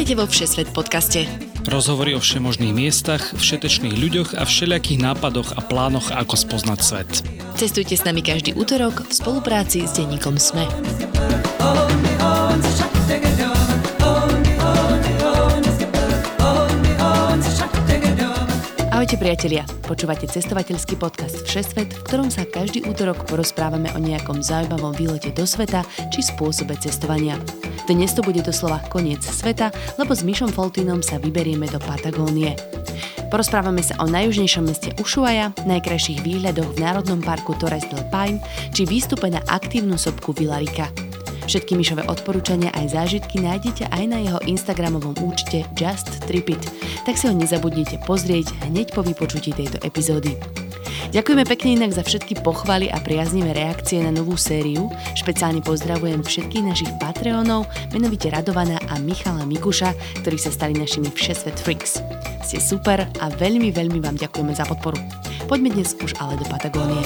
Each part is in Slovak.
Vítajte vo Všesvet podcaste. Rozhovory o všemožných miestach, všetečných ľuďoch a všelijakých nápadoch a plánoch, ako spoznať svet. Cestujte s nami každý útorok v spolupráci s denníkom SME. Ahojte priatelia, počúvate cestovateľský podcast Všesvet, v ktorom sa každý útorok porozprávame o nejakom zaujímavom výlete do sveta či spôsobe cestovania. Dnes to bude doslova koniec sveta, lebo s Mišom Foltínom sa vyberieme do Patagónie. Porozprávame sa o najjužnejšom meste Ushuaia, najkrajších výhľadoch v Národnom parku Torres del Paine či výstupe na aktívnu sopku Villarrica. Všetky Mišové odporúčania aj zážitky nájdete aj na jeho instagramovom účte Just Trip It, tak si ho nezabudnite pozrieť hneď po vypočutí tejto epizódy. Ďakujeme pekne inak za všetky pochvaly a priaznivé reakcie na novú sériu. Špeciálne pozdravujem všetkých našich Patreonov, menovite Radovana a Michala Mikuša, ktorí sa stali našimi Všesvet Freaks. Ste super a veľmi vám ďakujeme za podporu. Poďme dnes už ale do Patagónie.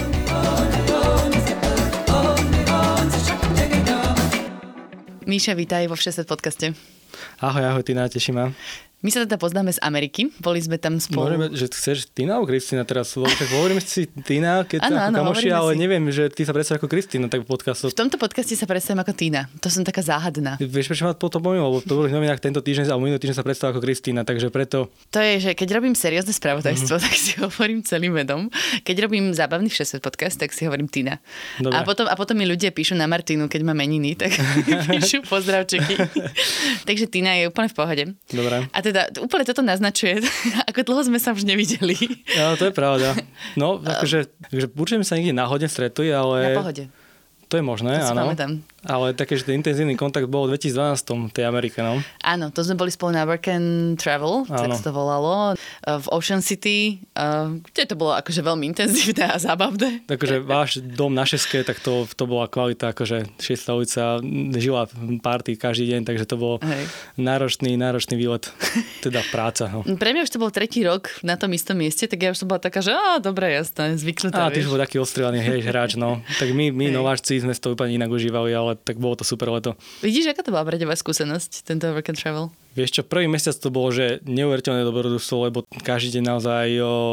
Míša, vítaj vo Všesvet podcaste. Ahoj, Tina, teším ma. My sa teda poznáme z Ameriky, boli sme tam spolu. Môžeme, že chceš Tina alebo Kristína teraz? Tak hovoríme si Tina, keď sa ako kamoši, ale neviem, že ty sa predstavíš ako Kristína, tak v podcastu. V tomto podcaste sa predstavím ako Tina. To som taká záhadná. Vieš, prečo ma potom poviem, lebo to bolo v novinách tento týždeň, alebo minulý týždeň sa predstavil ako Kristína, takže preto. To je, že keď robím seriózne spravodajstvo, tak si hovorím celým vedom. Keď robím zábavný Všesvet podcast, tak si hovorím Tina. A potom mi ľudia píšu na Martinu, keď má meniny, tak píšu pozdravčeky. Takže Tina je úplne v pohode. Dobre. A teda úplne toto naznačuje, ako dlho sme sa už nevideli. No, to je pravda. No, takže určite sa niekde náhodne stretli, ale. Na pohode. To je možné, to áno. Pamätám. Ale také, že ten intenzívny kontakt bol v 2012 tej Amerike, no. Áno, to sme boli spolu na Work and Travel, tak sa to volalo, v Ocean City, kde to bolo akože veľmi intenzívne a zábavné. Takže váš dom na Šeske, tak to bola kvalita, akože 6. ulica žila party každý deň, takže to bol náročný výlet, teda práca. No. Pre mňa už to bol tretí rok na tom istom mieste, tak ja už som bola taká, že dobre, jasné, zvyknutá. Ty už bol taký ostrelaný hráč, no. Tak my nováčci sme to úplne inak užívali, ale tak bolo to super leto. Vidíš, aká to bola pre teba skúsenosť, tento Work and Travel? Vieš čo, prvý mesiac to bolo, že neuveriteľné dobrodružstvo, lebo každý deň naozaj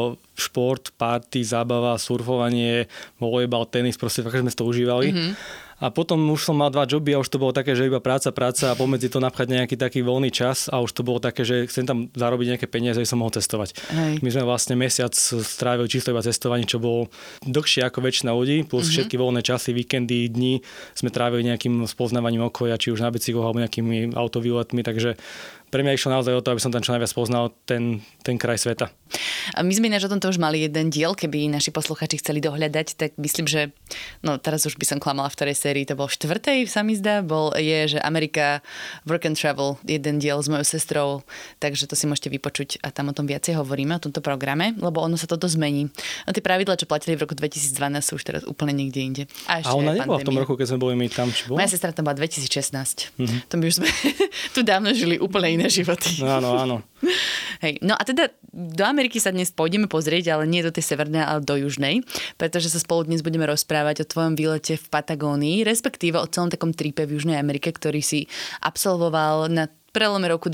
šport, party, zábava, surfovanie, volejbal, tenis, proste fakt sme to užívali. Mm-hmm. A potom už som mal 2 joby a už to bolo také, že iba práca a pomedzi to napchať nejaký taký voľný čas a už to bolo také, že chcem tam zarobiť nejaké peniaze, aby som mohol cestovať. My sme vlastne mesiac strávili čisto iba cestovanie, čo bolo dlhšie ako väčšina ľudí, plus všetky voľné časy, víkendy, dni sme trávili nejakým spoznávaním okolia, či už na bicykloch alebo nejakými autovýletmi, takže pre mňa išlo naozaj o to, aby som tam čo najviac poznal ten kraj sveta. A my sme ináč o tomto už mali jeden diel, keby naši posluchači chceli dohľadať, tak myslím, že teraz už by som klamala, v ktorej sérii to bol 4. sa mi zdá, je, že Amerika Work and Travel, jeden diel s mojou sestrou, takže to si môžete vypočuť a tam o tom viacej hovoríme, o tomto programe, lebo ono sa toto zmení. A tie pravidlá, čo platili v roku 2012, sú už teraz úplne niekde inde. A ona nebola v tom roku, keď sme boli my tam, či bola? Moja sestra tam bola 2016. To my už sme tu dávno žili úplne iné životy. Áno. Hej, no a teda do Ameriky sa dnes pôjdeme pozrieť, ale nie do tej severnej, ale do južnej, pretože sa spolu dnes budeme rozprávať o tvojom výlete v Patagónii, respektíve o celom takom tripe v Južnej Amerike, ktorý si absolvoval na prelome roku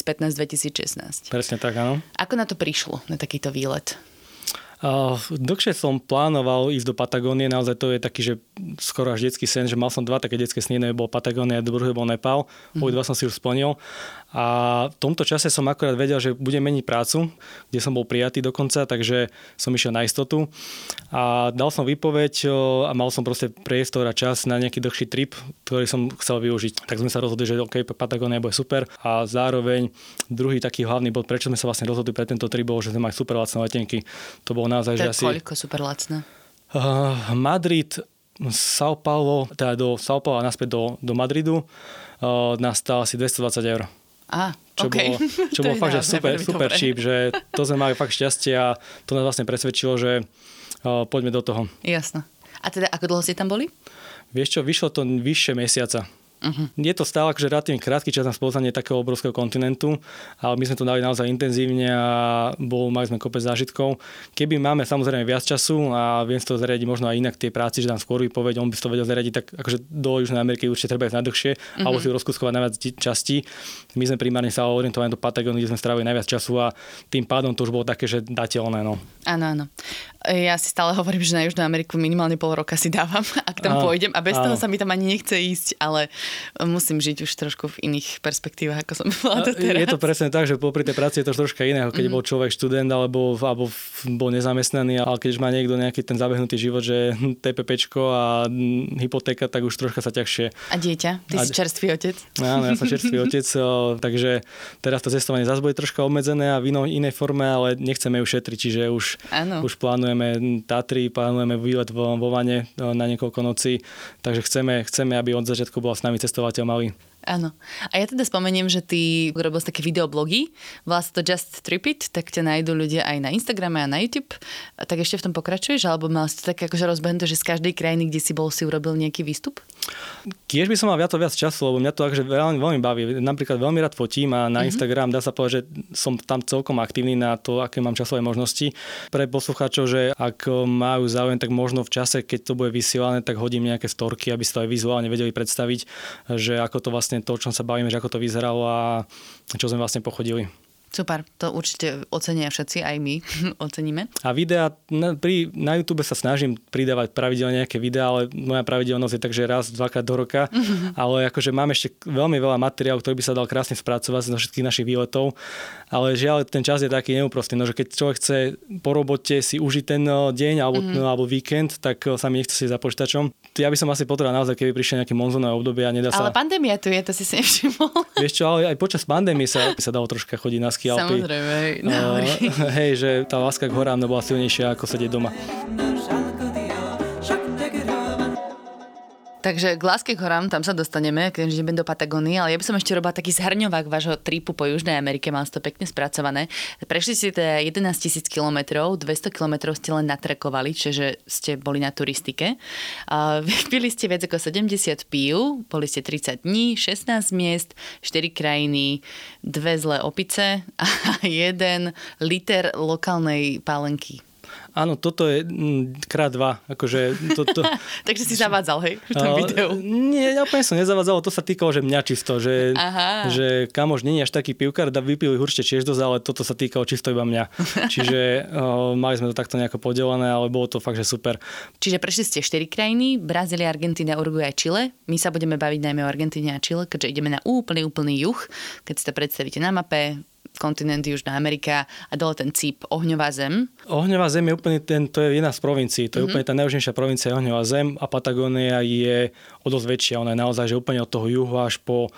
2015-2016. Presne tak, áno. Ako na to prišlo, na takýto výlet? Dlhšie som plánoval ísť do Patagónie, naozaj to je taký, že skoro až detský sen, že mal som 2 také detské sny, jedno bol Patagónia a druhé bol Nepal. Obidva som si už splnil. A v tomto čase som akorát vedel, že budem meniť prácu, kde som bol prijatý dokonca, takže som išiel na istotu. A dal som výpoveď a mal som proste priestor a čas na nejaký dlhší trip, ktorý som chcel využiť. Tak sme sa rozhodli, že OK, Patagónia bude super. A zároveň druhý taký hlavný bod, prečo sme sa vlastne rozhodli pre tento trip, bol, že sme mali super lacné letenky. To bolo naozaj, že asi... Koľko super lacné? Madrid, São Paulo, teda do São Paulo a naspäť do Madridu nás stál asi 220 eur. Čo bolo fakt, že super cheap, že to sme mali fakt šťastie a to nás vlastne presvedčilo, že poďme do toho. Jasné. A teda ako dlho ste tam boli? Vieš čo, vyšlo to vyššie mesiaca. Je to stále akože relatívne krátky čas na spoznanie takého obrovského kontinentu, ale my sme to dali naozaj intenzívne a mali sme kopec zážitkov. Keby máme samozrejme viac času a viem si to zariadiť možno aj inak tie práci, že tam skôr vypoveď, on by si to vedel zariadiť, tak akože do Južnej Ameriky určite treba ísť najdlhšie, alebo si rozkuskovať najviac častí. My sme primárne sa orientovali do Patagóny, kde sme strávili najviac času a tým pádom to už bolo také, že dateľné. No. Áno. Ja si stále hovorím, že na Južnú Ameriku minimálne pol roka si dávam, ak tam pôjdem a bez toho sa mi tam ani nechce ísť, ale musím žiť už trošku v iných perspektívach, ako som bola doteraz. Je to presne tak, že popri tej práci je to troška iné, ako keď bol človek študent alebo bol nezamestnaný, ale keď má niekto nejaký ten zabehnutý život, že TPPčko a hypotéka, tak už troška sa ťažšie. A dieťa? Ty si čerstvý otec. Áno, ja som čerstvý otec, takže teraz to cestovanie zase bude troška obmedzené a v inej forme, ale nechceme ju šetriť, čiže už plánujeme Tatry, plánujeme výlet vo Vane na niekoľko nocí, takže chceme, aby od začiatku bola s nami cestovateľ malý. Áno. A ja teda spomeniem, že ty robil také videoblogy, volá sa to Just Trip It, tak ťa nájdú ľudia aj na Instagrame a na YouTube. A tak ešte v tom pokračuješ? Alebo mal si to tak akože rozbehnuté, že z každej krajiny, kde si bol, si urobil nejaký výstup? Tiež by som mal viac času, lebo mňa to akože veľmi baví. Napríklad veľmi rád fotím a na Instagram dá sa povedať, že som tam celkom aktívny na to, aké mám časové možnosti. Pre poslucháčov, že ak majú záujem, tak možno v čase, keď to bude vysielané, tak hodím nejaké storky, aby si to aj vizuálne vedeli predstaviť, že ako to vlastne to, o čom sa bavíme, že ako to vyzeralo a čo sme vlastne pochodili. Super, to určite ocenia všetci, aj my oceníme. A videá, na YouTube sa snažím pridávať pravidelne nejaké videá, ale moja pravidelnosť je takže raz, dvakrát do roka, ale akože mám ešte veľmi veľa materiálov, ktorý by sa dal krásne spracovať zo všetkých našich výletov, ale žiaľ, ten čas je taký neúprostný, no, že keď človek chce po robote si užiť ten deň alebo víkend, tak sa mi nechce si za počítačom. Ja by som asi potreboval naozaj, keby prišlo nejaké monzónové obdobie a nedá sa... Ale pandémia tu je, to si nevšimol. Vieš čo, ale aj počas pandémie sa dalo troška chodiť na ski Alpy. Samozrejme, hej, že tá láska k horám bola silnejšia ako sedieť doma. Takže k láske k horám, tam sa dostaneme, keď ideme do Patagónie, ale ja by som ešte robila taký zhrňovák vášho tripu po Južnej Amerike, mám to pekne spracované. Prešli ste teda 11 000 kilometrov, 200 kilometrov ste len natrekovali, čiže ste boli na turistike. Vypili ste viac ako 70 pív, boli ste 30 dní, 16 miest, 4 krajiny, 2 zlé opice a 1 liter lokálnej pálenky. Áno, toto je krát 2. Akože toto... Takže si zavádzal, hej, v tom videu. Nie, ja úplne som nezavádzal, to sa týkalo, že mňa čisto, že kamož nie je až taký pivkár, vypili určite tiež dosť, ale toto sa týkalo čisto iba mňa. Čiže mali sme to takto nejako podelené, ale bolo to fakt, že super. Čiže prešli ste 4 krajiny, Brazília, Argentína, Uruguay a Chile. My sa budeme baviť najmä o Argentíne a Chile, keďže ideme na úplný juh. Keď si to predstavíte na mape, kontinent Južná Amerika a dole ten cíp Ohňová zem. Ohňová zem je úplne to je jedna z provincií. To je úplne tá najjužnejšia provincia Ohňová zem a Patagónia je o dosť väčšia. Ona je naozaj že úplne od toho juhu až po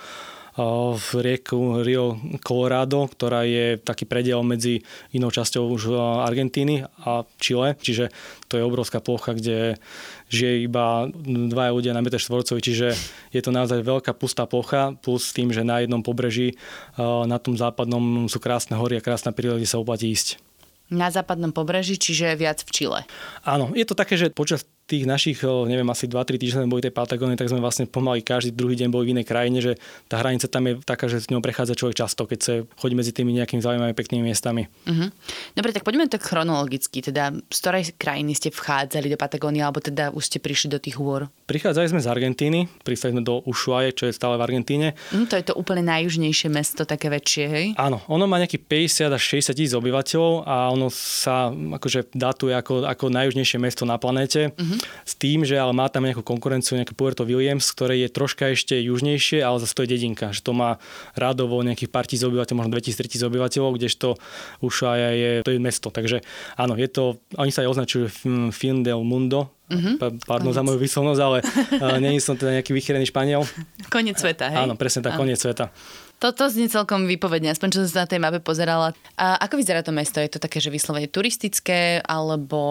v rieku Rio Colorado, ktorá je taký prediel medzi inou časťou už Argentíny a Chile. Čiže to je obrovská plocha, kde žije iba 2 ľudia na meter štvorcový, čiže je to naozaj veľká pustá plocha, plus tým, že na jednom pobreží na tom západnom sú krásne hory a krásna príroda, kde sa oplatí ísť. Na západnom pobreží, čiže viac v Chile. Áno, je to také, že počas tých našich, neviem, asi 2-3 týždne boli tej Patagónie, tak sme vlastne pomaly každý druhý deň boli v inej krajine, že tá hranica tam je taká, že s ňou prechádza človek často, keď sa chodí medzi tými nejakými zaujímavými peknými miestami. Dobre, tak poďme tak chronologicky, teda z ktorej krajiny ste vchádzali do Patagónie, alebo teda už ste prišli do tých hôr? Prichádzali sme z Argentíny, pristali sme do Ushuaie, čo je stále v Argentíne. To je to úplne najjužnejšie mesto, také väčšie, hej? Áno, ono má nejaký 50 až 60 tisíc obyvateľov a ono sa akože datuje ako najjužnejšie mesto na planéte. S tým, že ale má tam nejakú konkurenciu, nejaké Puerto Williams, ktoré je troška ešte južnejšie, ale zase to je dedinka, že to má rádovo nejakých pár tisíc obyvateľov, možno 2000-3000 obyvateľov, kdežto Ushuaia to je mesto. Takže áno, je to, oni sa aj označujú Fin del Mundo, pardon za moju výslovnosť, ale nie som teda nejaký vychýrený Španiel. Koniec sveta, hej? Áno, presne tak, koniec sveta. Toto znie celkom výpovedne, aspoň čo som sa na tej mape pozerala. A ako vyzerá to mesto? Je to také, že vyslovene turistické, alebo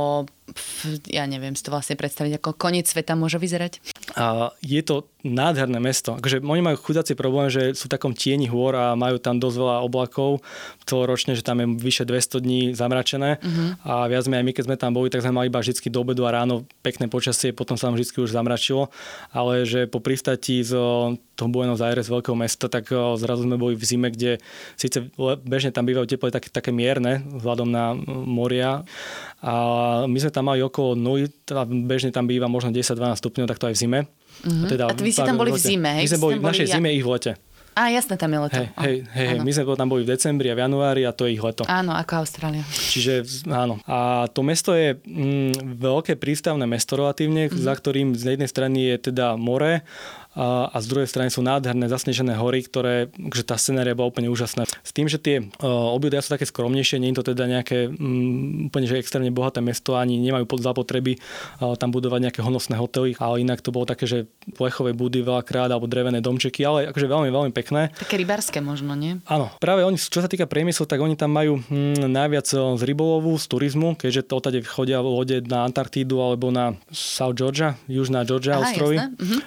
ja neviem si to vlastne predstaviť, ako koniec sveta môže vyzerať. A je to nádherné mesto. Akože oni majú chudáci problém, že sú v takom tieni hôr a majú tam dosť veľa oblakov celoročne, že tam je vyše 200 dní zamračené a viac aj my, keď sme tam boli, tak sme mali iba vždy do obedu a ráno pekné počasie, potom sa nám vždy už zamračilo, ale že po pristáti z toho Buenos Aires, veľkého mesta, tak zrazu sme boli v zime, kde síce bežne tam bývajú teploty také mierne vzhľadom na moria a my sme tam mali okolo 0, bežne tam býva možno 10-12 stupňov, tak to aj v zime. Teda, a vy ste tam boli v zime, hej? My sme boli v našej zime, ich v lete. Á, jasné, tam je leto. Hej, my sme tam boli v decembri a v januári a to je ich leto. Áno, ako Austrália. Čiže áno. A to mesto je veľké prístavné mesto relatívne, za ktorým z jednej strany je teda more a z druhej strany sú nádherné zasnežené hory, ktoré, že tá scenéria bola úplne úžasná. S tým, že tie obydlia sú také skromnejšie, nie je to teda nejaké úplne že extrémne bohaté mesto, ani nemajú zapotreby tam budovať nejaké honosné hotely, ale inak to bolo také, že plechové budy veľakrát alebo drevené domčeky, ale akože veľmi, veľmi pekné. Také rybárske možno, nie? Áno, práve oni, čo sa týka priemyslu, tak oni tam majú najviac z rybolovu, z turizmu, keďže to odtade chodia lode na Antarktídu alebo na South Georgia, južná Georgia ostrovy.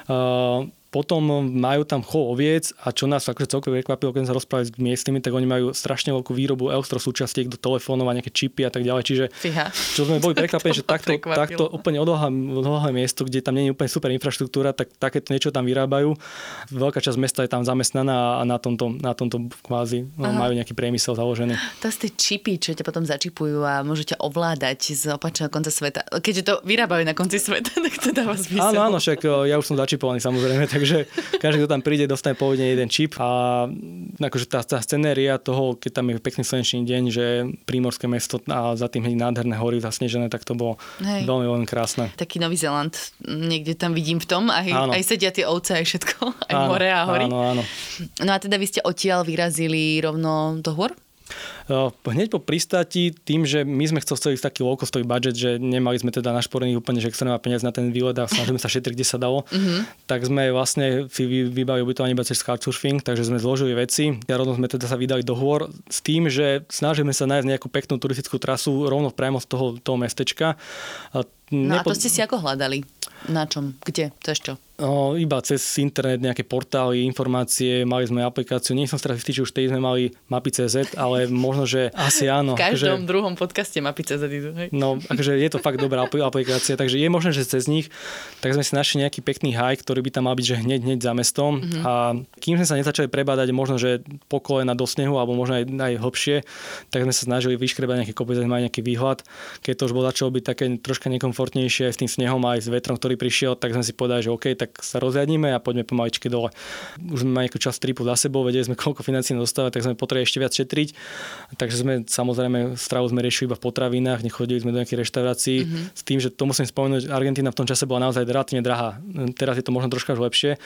Potom majú tam chov oviec a čo nás akože celkovo prekvapilo, keď sme sa rozprávali s miestnymi, tak oni majú strašne veľkú výrobu elektrosúčiastiek do telefónov a nejaké čipy a tak ďalej. Čiže čo sme boli prekvapení, že takto úplne odľahlé miesto, kde tam nie je úplne super infraštruktúra, tak takéto niečo tam vyrábajú. Veľká časť mesta je tam zamestnaná a na tomto kvázi majú nejaký priemysel založený. To sú tie čipy, čo ťa potom začipujú a môžete ovládať z opačného konca sveta. Keďže to vyrábajú na konci sveta, tak to dáva zmysel. Áno, však ja už som začipovaný samozrejme. Takže každý, kto tam príde, dostane pôvodne jeden čip a akože tá scenéria toho, keď tam je pekný slnečný deň, že prímorské mesto a za tým nádherné hory zasnežené, tak to bolo veľmi, veľmi krásne. Taký Nový Zéland, niekde tam vidím v tom, aj sedia tie ovce, aj všetko, aj more a hory. Áno. No a teda vy ste odtiaľ vyrazili rovno do hôr? Hneď po pristáti, tým, že my sme chceli taký low-costový budget, že nemali sme teda našporených úplne že extrémne peniaz na ten výlet a snažíme sa šetriť, kde sa dalo, tak sme vlastne si vybavili ubytovanie iba cez couchsurfing, takže sme zložili veci a rovno sme teda sa vydali do hôr s tým, že snažíme sa nájsť nejakú peknú turistickú trasu rovno priamo z toho mestečka. No a to ste si ako hľadali? Na čom? Kde? Cez čo? Iba cez internet, nejaké portály, informácie, mali sme aplikáciu, nie som teraz istý, či už tej sme mali Mapy.cz, ale možno, že asi áno. V každom druhom podcaste Mapy.cz idú, hej? No, akože je to fakt dobrá aplikácia, takže je možné, že cez nich, tak sme si našli nejaký pekný hike, ktorý by tam mal byť, že hneď za mestom a kým sme sa nezačali prebádať, možno, že po kolena do snehu, alebo možno aj hlbšie, tak sme sa snažili vyškrebať nejaké kopce, mať nejaký výhľad. Keď to už začalo byť také troška nekomfortnejšie s tým snehom aj s vetrom, ktorý prišiel, tak sme si povedali, že OK, tak sa rozriadnime a poďme pomaličky dole. Už sme mali nejakú časť tripu za sebou, vedeli sme, koľko financií dostávať, tak sme potrebovali ešte viac šetriť. Takže sme samozrejme stravu sme riešili iba v potravinách, nechodili sme do nejakých reštaurácií. S tým, že to musím spomenúť, Argentína v tom čase bola naozaj relatívne drahá. Teraz je to možno troška už lepšie.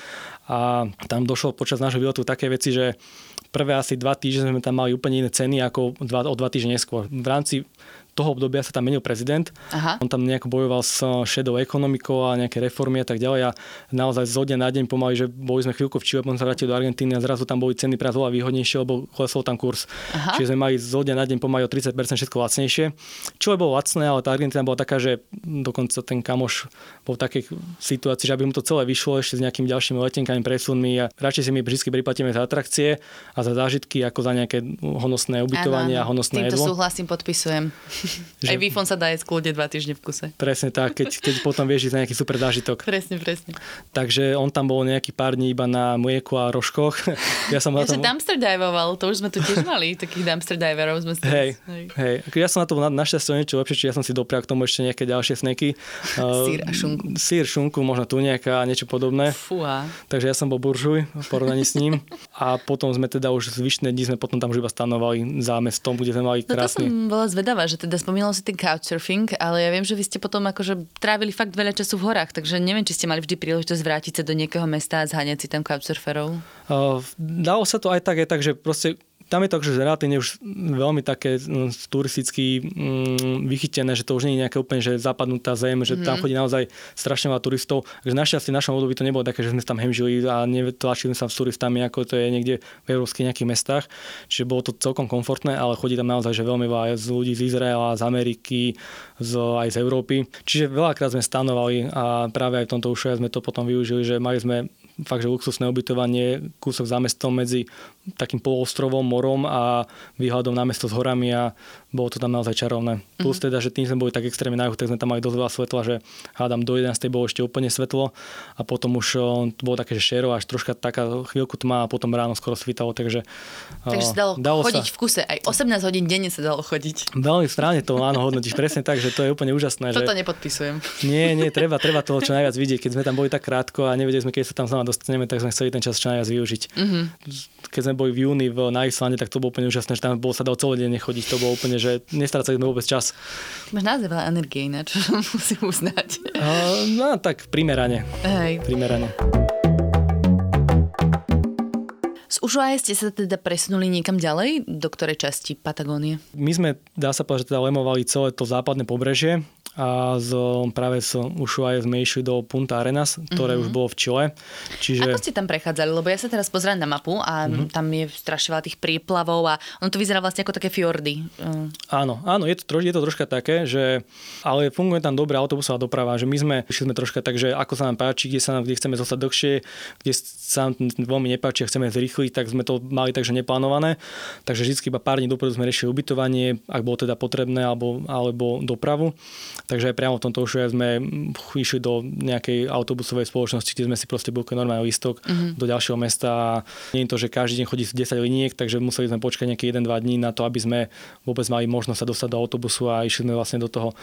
A tam došlo počas nášho výletu také veci, že prvé asi 2 týždne sme tam mali úplne iné ceny ako o 2 týždne neskôr. V rámci toho obdobia sa tam menil prezident. On tam nejako bojoval s šedou ekonomikou a nejaké reformy a tak ďalej a naozaj zo dňa na deň pomaly, že boli sme chvíľku v Čile, potom sa vrátili do Argentíny a zrazu tam boli ceny práve veľa výhodnejšie, lebo klesol tam kurz. Čiže sme mali zo dňa na deň pomaly o 30% všetko lacnejšie. Čile bolo lacné, ale tá Argentína bola taká, že dokonca ten kamoš bol v takej situácii, že aby mu to celé vyšlo ešte s nejakými ďalšími letenkami, presunmi a radšej si my vždy priplatíme za atrakcie a za zážitky ako za nejaké honosné ubytovanie a honosné jedlo. Týmto súhlasím, podpisujem. Aj výfon sa dá jesť kľudne 2 týždne v kuse. Presne tak, keď potom vieš ísť na nejaký super zážitok. Presne. Takže on tam bol nejaký pár dní iba na mlieku a rožkoch. Ja som dumpster divoval, to už sme tu tiež mali, takých dumpster diverov sme Hej. Ja som na to našťastie niečo lepšie, či ja som si doprial k tomu ešte nejaké ďalšie snacky. Sír a šunku. Sír, šunku, možno tuniaka a niečo podobné. Fúha. Takže ja som bol buržuj v porovnaní s ním. A potom sme teda už zvyšné dni sme potom tam už iba stanovali za mestom, kde sme mali krásny. No to som bola zvedavá, že teda spomínal si ten couchsurfing, ale ja viem, že vy ste potom akože trávili fakt veľa času v horách, takže neviem, či ste mali vždy príležitosť vrátiť sa do nejakého mesta a zháňať si tam couchsurferov. Dalo sa to aj tak, že proste tam je to že relatívne už veľmi také turisticky vychytené, že to už nie je nejaké úplne že zapadnutá zem, že tam chodí naozaj strašne veľa turistov. Takže našťastie v našom období to nebolo také, že sme tam hemžili a netlačili sme sa s turistami, ako to je niekde v európskych nejakých mestách. Čiže bolo to celkom komfortné, ale chodí tam naozaj že veľmi veľa ľudí z Izraela, z Ameriky, aj z Európy. Čiže veľakrát sme stanovali a práve aj v tomto Ushuaia sme to potom využili, že mali sme fakt, že luxusné ubytovanie, kúsok za mestom medzi takým poloostrovom, morom a výhľadom na mesto s horami a bolo to tam naozaj čarovné. Plus teda, že tým sme boli tak extrémne na juh, tak sme tam mali dosť veľa svetla, že hádam do 11. bolo ešte úplne svetlo a potom už to bolo také, že šero, až troška taká chvíľku tma a potom ráno skoro svítalo, takže sa dalo chodiť v kuse, aj 18 hodín denne sa dalo chodiť. Veľmi správne to áno hodnotíš, presne tak, že to je úplne úžasné. Toto nepodpisujem. Nie, treba toho čo najviac vidieť. Keď sme tam boli tak krátko a nevedeli sme, keď sa tam znova dostaneme, tak sme chceli ten čas čo najviac využiť. Keď sme boli v júni na Islande, tak to bolo úplne úžasné, že tam sa dalo celý deň nechodiť. To bolo úplne, že nestrácali sme vôbec čas. Máš naozaj veľa energie ináč, musím uznať. No tak primerane. Hej. Primerane. Z Ushuaia ste sa teda presunuli niekam ďalej? Do ktorej časti Patagónie? My sme, dá sa povedať, že teda lemovali celé to západné pobrežie a práve z Ushuaia sme išli do Punta Arenas, ktoré už bolo v Čile. Čiže... Ako ste tam prechádzali? Lebo ja sa teraz pozerám na mapu a tam je strašne veľa tých príplavov a ono to vyzerá vlastne ako také fjordy. Áno, je to troška také, že ale funguje tam dobrá autobusová doprava, že my sme išli troška tak, že ako sa nám páči, kde chceme zostať dlhšie, kde sa nám veľmi nepáči a chceme zrýchliť, tak sme to mali takže neplánované. Takže vždy iba pár dní dopredu sme riešili ubytovanie, ak bolo teda potrebné, alebo dopravu. Takže aj priamo v tomto Ushuaia sme išli do nejakej autobusovej spoločnosti, kde sme si proste bukli normálny lístok do ďalšieho mesta. A nie je to, že každý deň chodí 10 liniek, takže museli sme počkať nejaké 1-2 dní na to, aby sme vôbec mali možnosť sa dostať do autobusu a išli sme vlastne do toho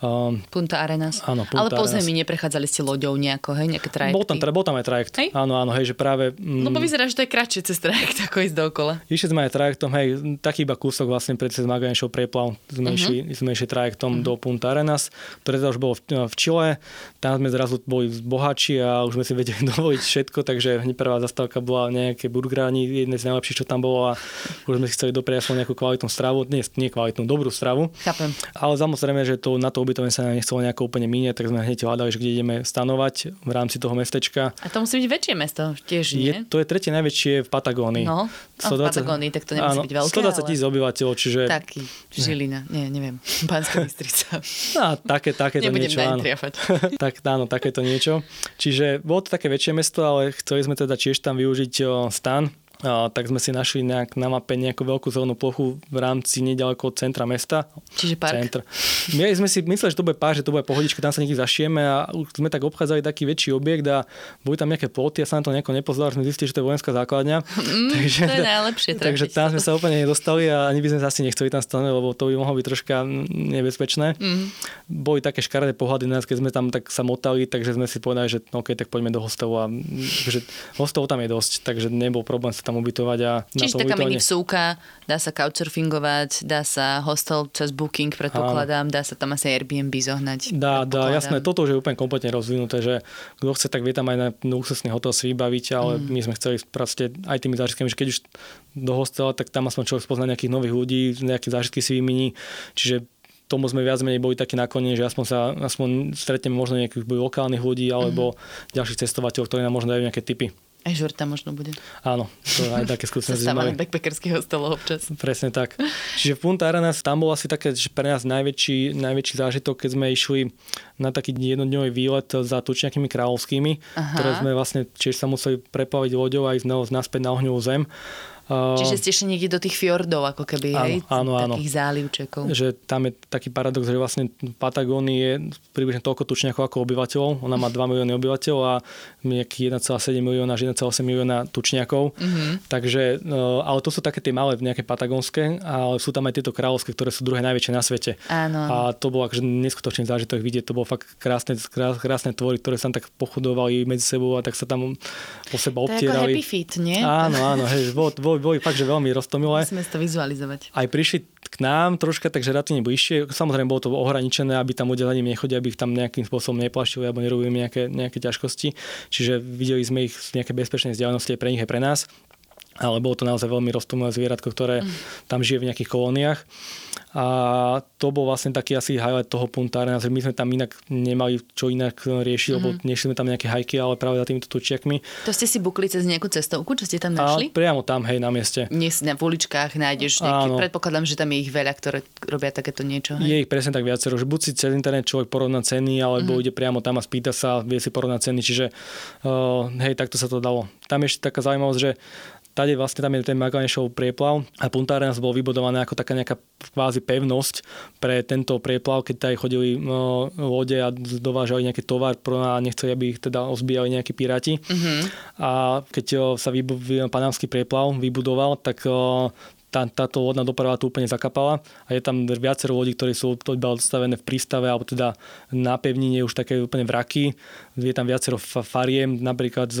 Punta Arenas. Áno, Punta Ale po Arenas. Zemi neprechádzali ste loďou nejako, hej, nejaké trajekty? Bol tam aj trajekt. Hej? Áno, hej, že práve... Lebo vyzerá, že to je kratšie cez trajekt, ako ísť dookola. Išli sme aj trajektom, hej, taký iba kúsok vlastne pred cez Magallanesov preplav. Sme išli trajektom do Punta Arenas, ktoré už bolo v Čile. Tam sme zrazu boli bohatší a už sme si vedeli dovoliť všetko, takže hneď prvá zastávka bola nejaké burgeráni, jedné z najlepších, čo tam bolo a už sme si chceli dopriať nejakú kvalitnú stravu, nie kvalitnú, dobrú stravu. Chápem. Ale samozrejme, že na to ubytovanie sa nechcelo nejako úplne míňať, tak sme hneď hľadali, že kde ideme stanovať v rámci toho mestečka. A to musí byť väčšie mesto, tiež nie? To je tretie najväčšie v Patagónii. No, v Patagónii, tak to nemusí byť veľké, 120 000 obyvateľov, čiže... Taký, Žilina, neviem, Banská Bystrica. No, také to niečo, áno. Tak áno, takéto niečo. Čiže bolo to také väčšie mesto, ale chceli sme teda tiež tam využiť stan. Tak sme si našli na mape nejakú veľkú zelenú plochu v rámci nedaleko od centra mesta. Čiže park? Centr. My sme si mysleli, že to bude park, že to bude pohodička, tam sa niekde zašieme a už sme tak obchádzali taký väčší objekt a boli tam nejaké ploty a sa na to nejako nepozerali, sme zistili, že to je vojenská základňa. Takže, to je najlepšie. Takže tam sme sa úplne nedostali a ani by sme sa asi nechceli tam stať, lebo to by mohlo byť troška nebezpečné. Boli také škaredé pohľady na nás, keď sme tam tak sa motali, takže sme si povedali, že OK, tak poďme do hostelu a že hostelov tam je dosť, takže nebol problém sa tam ubytovať a čiže taká mini vsúka, dá sa couchsurfingovať, dá sa hostel cez booking, predpokladám, dá sa tam asi Airbnb zohnať. Dá, jasné, toto už je úplne kompletne rozvinuté, že kto chce, tak vie tam aj na luxusný hotel si vybaviť, ale my sme chceli proste aj tými zážitkami, že keď už do hostela, tak tam aspoň človek spozná nejakých nových ľudí, nejaké zážitky si vymení, čiže tomu sme viac menej boli takí nakoniec, že aspoň stretneme možno nejakých lokálnych ľudí alebo ďalších cestovateľov, ktorí nám možno dajú nejaké tipy. Aj žurta možno bude. Áno, to aj také skúsenosti. Zastávame backpackerských hostelov občas. Presne tak. Čiže v Punta Arenas tam bol asi také, že pre nás najväčší zážitok, keď sme išli na taký jednodňový výlet za tučniakými kráľovskými, ktoré sme vlastne tiež sa museli preplaviť loďou a ísť naspäť na ohňovú zem. Čiže ste ešte niekde do tých fjordov, ako keby, áno. takých zálivčekov. Že tam je taký paradox, že vlastne Patagónii je približne toľko tučniakov ako obyvateľov. Ona má 2 milióny obyvateľov a nejakých 1,7 milióna až 1,8 milióna tučniakov. Takže, ale to sú také tie malé nejaké patagónske, ale sú tam aj tieto kráľovské, ktoré sú druhé najväčšie na svete. Áno. A to bolo akože neskutočný zážitok vidieť. To bolo fakt krásne tvory, ktoré sa tam tak pochudovali medzi sebou a tak sa tam po seba obtierali. To je ako Happy Feet, nie? Áno, hej, boli fakt, že veľmi roztomilé. Musíme to vizualizovať. Aj prišli k nám troška, takže relatívne bližšie. Samozrejme bolo to ohraničené, aby tam ľudia za nimi nechodili, aby ich tam nejakým spôsobom neplašili alebo nerobili nejaké ťažkosti. Čiže videli sme ich z nejaké bezpečnej vzdialenosti aj pre nich, aj pre nás. ale bolo to naozaj veľmi roztomilé zvieratko, ktoré tam žije v nejakých kolóniách. A to bol vlastne taký asi highlight toho Punta Arenas, že my sme tam inak nemali čo inak riešiť, lebo nešli sme tam nejaké hajky, ale práve za týmito tučiakmi. To ste si bukli cez nejakú cestovku, čo ste tam našli? A priamo tam, hej, na mieste. V uličkách nájdeš nejaký, predpokladám, že tam je ich veľa, ktoré robia takéto niečo. Hej? Je ich presne tak viacero, že buď si cez internet človek porovná ceny, alebo ide priamo tam a spýta sa, vie si porovnať ceny, čiže hej, takto sa to dalo. Tam je ešte taká zaujímavosť, že tady vlastne tam je ten Magallanesov prieplav a Punta Arenas bol vybudované ako taká nejaká kvázi pevnosť pre tento prieplav, keď tady chodili lode a dovážali nejaký tovar a nechceli, aby ich teda ozbíjali nejakí piráti. A keď sa panamský prieplav vybudoval, tak táto lodná doprava tu úplne zakapala a je tam viacero lodí, ktoré sú odstavené v prístave alebo teda na pevnine už také úplne vraky. Je tam viacero fariem, napríklad s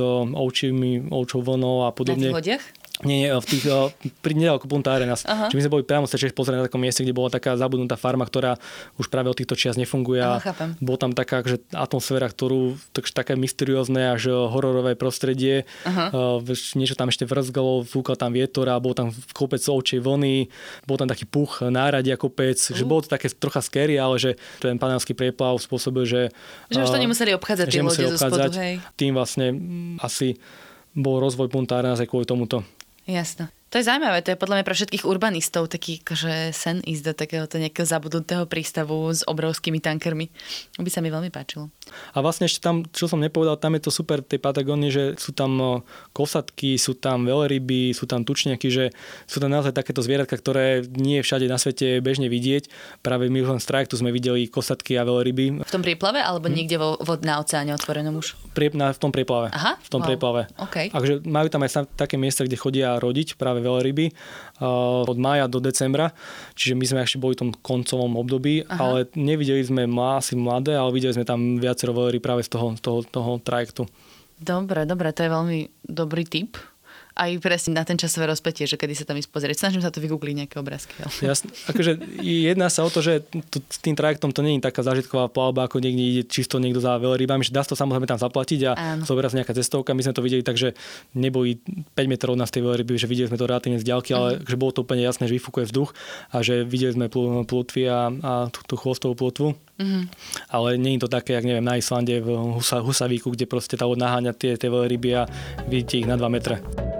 ovčou vlnou a podobne. Na tých lodiach? Nie, v tých nedaleko Punta Arenas. Čiže my sme boli priamo sa tiež pozrieť na takom mieste, kde bola taká zabudnutá farma, ktorá už práve od týchto čias nefunguje. Bol tam taká že atmosféra, ktorú také mysteriózne až hororové prostredie. Niečo tam ešte vrzgalo, fúkal tam vietor a bol tam kopec ovčej vlny, bol tam taký puch, náradia kopec, že bolo to také trocha scary, ale že ten panamský prieplav spôsobuje, že už to nemuseli obchádzať tie lode zo spodu, hej. Tým vlastne asi bol rozvoj Punta Arenas aj kvôli tomuto. Jasno. To je zaujímavé, to je podľa mňa pre všetkých urbanistov taký akože sen ísť do takéhoto nejakého zabudnutého prístavu s obrovskými tankermi. By sa mi veľmi páčilo. A vlastne ešte tam, čo som nepovedal, tam je to super tej Patagónie, že sú tam kosatky, sú tam veľryby, sú tam tučniaky, že sú tam naozaj takéto zvieratka, ktoré nie všade na svete bežne vidieť. Práve my v Trajektu sme videli kosatky a veľryby. V tom prieplave alebo niekde na oceáne otvorenom už? V tom prieplave. Aha, v tom prieplave. Okay. Takže majú tam aj také miesta, kde chodia rodiť práve veľryby od mája do decembra, čiže my sme ešte boli v tom koncovom období, ale nevideli sme asi mladé, ale videli sme tam viacero veľryb práve z toho trajektu. Dobre, to je veľmi dobrý tip. Aj presne na ten časové rozpätie, že kedy sa tam ísť pozrieť. Snažím sa to vygoogliť nejaké obrázky. Jasne. Akože jedná sa o to, že s tým trajektom to nie je taká zážitková plavba, ako niekde ide čisto niekto za veľrybami, že dá sa to samozrejme tam zaplatiť a zoberá sa nejaká cestovka. My sme to videli tak, že neboli 5 metrov od nás tej veľryby, že videli sme to relatívne z diaľky, ale že bolo to úplne jasné, že vyfúkuje vzduch a že videli sme plutvy a tú chvostovú plotvu. Ale nie je to také, jak neviem, na Islande v Husavíku, kde proste tá loď naháňa tie veľryby a vidíte ich na 2 metre.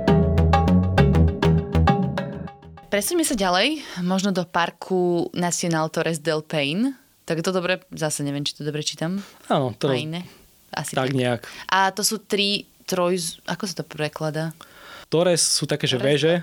Presuňme sa ďalej, možno do parku Nacional Torres del Paine. Tak to dobre, zase neviem, či to dobre čítam. Áno, to asi tak nejak. A to sú ako sa to prekladá? Torres sú také, že veže.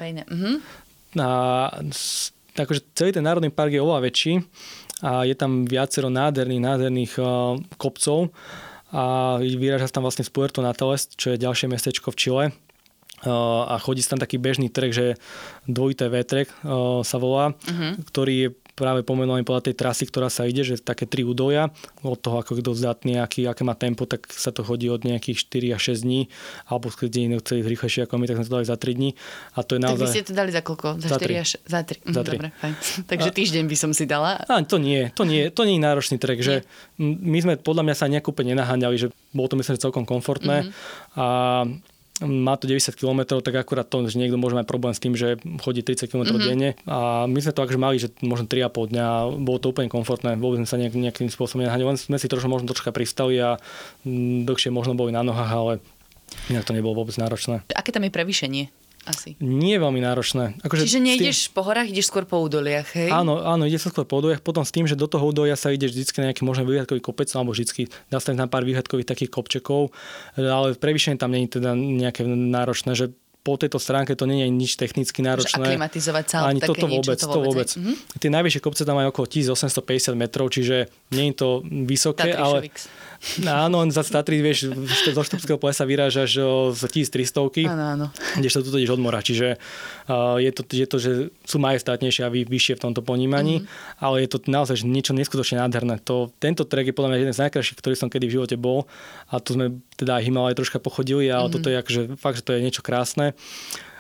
A takže celý ten národný park je oveľa väčší a je tam viacero nádherných kopcov a vyráža sa tam vlastne z Puerto Natales, čo je ďalšie mestečko v Čile. A chodí sa tam taký bežný trek, že dvojité V-trek sa volá, ktorý je práve pomenovaný podľa tej trasy, ktorá sa ide, že také 3 údolia, od toho, ako kto zdatný, aké má tempo, tak sa to chodí od nejakých 4 až 6 dní, alebo keď iné chceli rýchlejšie ako my, tak sme to dali za 3 dní. A to je naozaj... Tak vy ste to dali za koľko? Za 4 až... Za 3. Dobre, fajn. Takže týždeň by som si dala. To nie je náročný trek, že my sme podľa mňa sa nejak úplne nenaháňali, že bolo to myslím, že celkom komfortné a má to 90 km, tak akurát to, že niekto môže mať problém s tým, že chodí 30 km denne. A my sme to akože mali, že možno 3,5 dňa a bolo to úplne komfortné. Vôbec sme sa nejakým spôsobom nenaháňali. Len sme si možno troška pristali a dlhšie možno boli na nohách, ale inak to nebolo vôbec náročné. Aké tam je prevýšenie? Asi. Nie je veľmi náročné. Čiže nejdeš po horách, ideš skôr po údoliach, hej? Áno, ide sa skôr po údoliach, potom s tým, že do toho údolia sa ideš vždycky na nejaký možno výhľadkový kopec, alebo vždycky dá sa tam pár výhľadkových takých kopčekov, ale prevýšenie tam nie je teda nejaké náročné, že po tejto stránke to nie je nič technicky náročné. Aklimatizovať sa ani toto vôbec. Tie najvyššie kopce tam majú okolo 1850 metrov, čiže nie je to vysoké, ale áno, za Tatry, vieš, zo Štrbského plesa vyrážaš z 1300, kdežto tu ideš od mora, čiže je to, že sú majestátnejšie a vyššie v tomto ponímaní, ale je to naozaj niečo neskutočne nádherné. Tento trek je podľa mňa jeden z najkrajších, ktorý som kedy v živote bol a tu sme teda aj Himalaj troška pochodili, ale toto je akože fakt, že to je niečo krásne.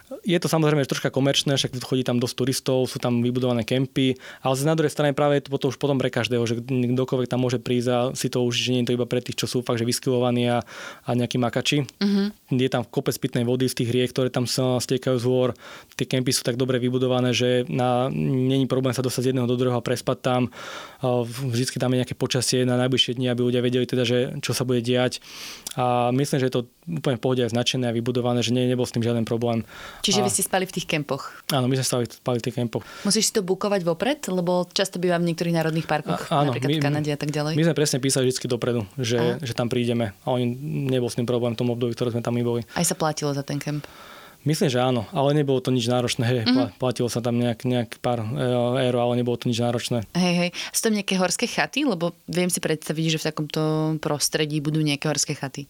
Je to samozrejme troška komerčné, však chodí tam dosť turistov, sú tam vybudované kempy, ale na druhej strane práve je to už potom pre každého, že kdokoľvek tam môže prísť a si to užiť, že nie je to iba pre tých, čo sú fakt, že vyskylovaní a nejakí makači. Je tam kopec pitnej vody z tých riek, ktoré tam stiekajú z hôr. Tie kempy sú tak dobre vybudované, že není problém sa dostať z jedného do druhého a prespať tam. Vždycky tam je nejaké počasie na najbližšie dni, aby ľudia vedeli teda, že čo sa bude diať. A myslím, že je to úplne v pohode aj značené a vybudované, že nebol s tým žiaden problém. Čiže vy ste spali v tých kempoch? Áno, my sme spali v tých kempoch. Musíš si to bukovať vopred, lebo často bývam v niektorých národných parkoch, napríklad v Kanade a tak ďalej. My sme presne písali vždy dopredu, že tam prídeme a oni nebol s tým problém v tom období, ktoré sme tam my boli. Aj sa platilo za ten kemp? Myslím, že áno, ale nebolo to nič náročné. Platilo sa tam nejak pár eur, ale nebolo to nič náročné. Hej. Sú tam nejaké horské chaty? Lebo viem si predstaviť, že v takomto prostredí budú nejaké horské chaty.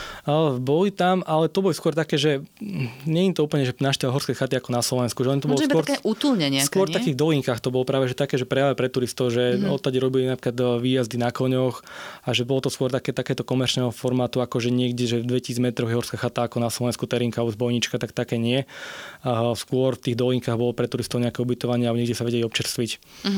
Boli tam, ale to boli skôr také, že nie je to úplne, že návšteva horské chaty ako na Slovensku. Že to bolo skôr také útulne nejaké, skôr v takých dolinkách to bolo práve že také, že práve pre turistov, že odtade robili napríklad výjazdy na koňoch a že bolo to skôr takéto komerčného formátu, ako že niekde, že v 2000 metroch je horská chata ako na Slovensku Terinka alebo Zbojnička, tak také nie. A skôr v tých dolinkách bolo pre turistov nejaké ubytovanie a niekde sa vedeli občerstviť.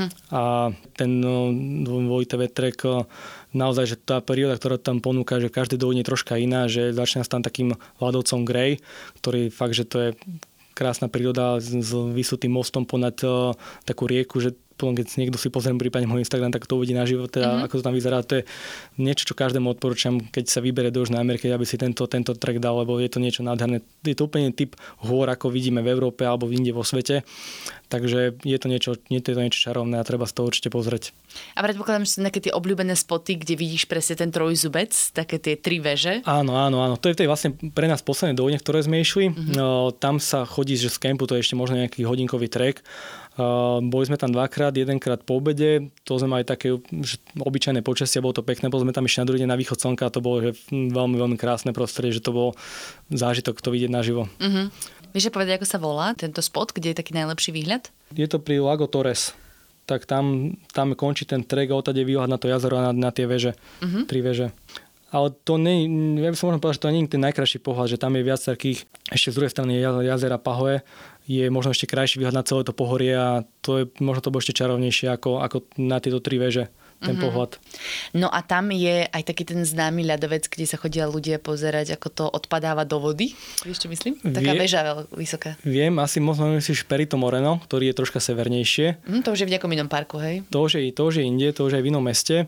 A ten dvojité vetrek, naozaj, že tá perióda, ktorá tam ponúka, že každý doline je troška iná, že začína sa tam takým ľadovcom Grey, ktorý fakt, že to je krásna príroda s vysutým mostom ponad takú rieku, že potom, keď niekto si pozrie prípadne môj Instagram, tak to uvidí naživo, teda ako to tam vyzerá. To je niečo, čo každému odporúčam, keď sa vybere do Južnej Ameriky, aby si tento trek dal, lebo je to niečo nádherné. Je to úplne typ hôr, ako vidíme v Európe alebo inde vo svete. Takže je to niečo čarovné a treba z toho určite pozrieť. A predpokladám, že sú nejaké tie obľúbené spoty, kde vidíš presne ten trojzubec, také tie 3 veže. Áno. To je vlastne pre nás posledné doline, v ktoré sme išli. Tam sa chodí, že z kempu to je ešte možno nejaký hodinkový trek. Boli sme tam dvakrát, jedenkrát po obede, to sme mali také obyčajné počasie, bolo to pekné, boli sme tam ešte na druhý deň na východ slnka a to bolo že veľmi, veľmi krásne prostredie, že to bol zážitok to vidieť naživo. Vieš povedať, ako sa volá tento spot, kde je taký najlepší výhľad? Je to pri Lago Torres. Tak tam končí ten trek a odtade výhľad na to jazero a na tie veže, 3 veže. Ale to nie, ja by som možno povedal, že to nie je ten najkrajší pohľad, že tam je viac takých, ešte z druhej strany jazera Pahoe, je možno ešte krajší výhľad na celé to pohorie a to je, možno to bolo ešte čarovnejšie ako na tieto 3 veže. Ten pohľad. No a tam je aj taký ten známy ľadovec, kde sa chodia ľudia pozerať, ako to odpadáva do vody. Vieš, čo myslím? Taká väža vysoká. Viem, asi možno myslíš Perito Moreno, ktorý je troška severnejšie. To už je v nejakom inom parku, hej? To už je inde, to už je v inom meste.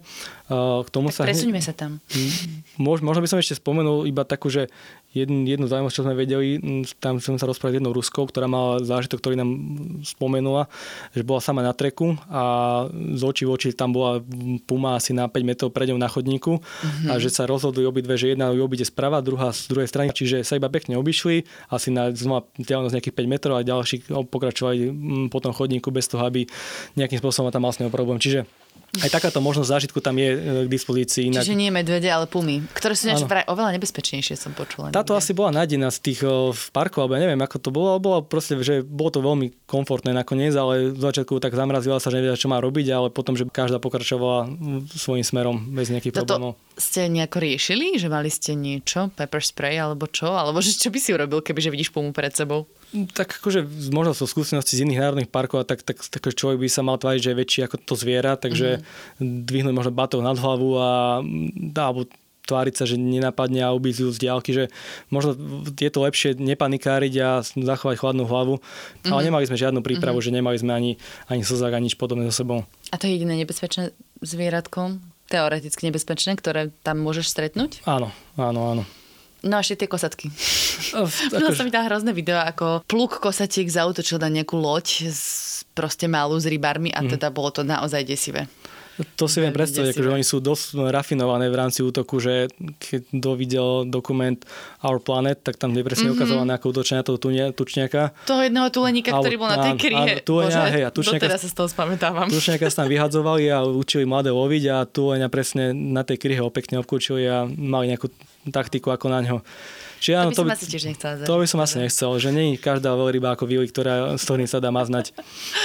K tomu tak presuňme sa tam. Možno by som ešte spomenul iba takú, že jednu zaujímavosť, čo sme vedeli, tam som sa rozprával s jednou Ruskou, ktorá mala zážitok, ktorý nám spomenula, že bola sama na treku a z očí v oči tam bola puma asi na 5 metrov pred ňou na chodníku a že sa rozhodli obidve, že jedna ju obíde sprava, druhá z druhej strany, čiže sa iba pekne obišli, asi na znova vzdialenosť nejakých 5 metrov a ďalší pokračovali po tom chodníku bez toho, aby nejakým spôsobom tam mal s ňou problém. Čiže aj takáto možnosť zážitku tam je k dispozícii. Čiže nie medvede, ale pumy, ktoré sú vraj oveľa nebezpečnejšie, som počula. Táto asi bola nájdená z tých parkov, alebo ja neviem, ako to bolo, proste, že bolo to veľmi komfortné nakoniec, ale v začiatku tak zamrazila sa, že nevedela, čo má robiť, ale potom, že každá pokračovala svojím smerom bez nejakých problémov. Ste nejako riešili, že mali ste niečo, pepper spray alebo čo? Alebo že čo by si urobil, kebyže vidíš pumu pred sebou? Tak akože možno sú skúsenosti z iných národných parkov a tak človek by sa mal tváriť, že je väčší ako to zviera, takže dvihnúť možno batok nad hlavu alebo tváriť sa, že nenapadne a ubísť ju z diaľky, že možno je to lepšie nepanikáriť a zachovať chladnú hlavu. Ale nemali sme žiadnu prípravu, že nemali sme ani slzák, ani nič podobné so sebou. A to je jediné nebezpečné zvieratko, teoreticky nebezpečné, ktoré tam môžeš stretnúť? Áno. No a ešte tie kosatky. Videla som mi tam hrozné video, ako pluk kosatiek zaútočil na nejakú loď proste malú s rybármi a teda bolo to naozaj desivé. To si viem predstaviť, akože oni sú dosť rafinované v rámci útoku, že keď videl dokument Our Planet, tak tam je presne ukazované, ako útočia na toho tučniaka. Toho jedného tuleníka, ktorý bol na tej kryhe. Doteraz sa z toho spamätávam. Tučniaka sa tam vyhadzovali a učili mladé loviť a tuleňa presne na tej kryhe pekne obkúčili a mali nejakú taktiku ako na ňo. Čiže áno, to by som asi tiež nechcela zažiť. To by som asi nechcel, že nie je každá veľryba ako Vili, s ktorým sa dá maznať.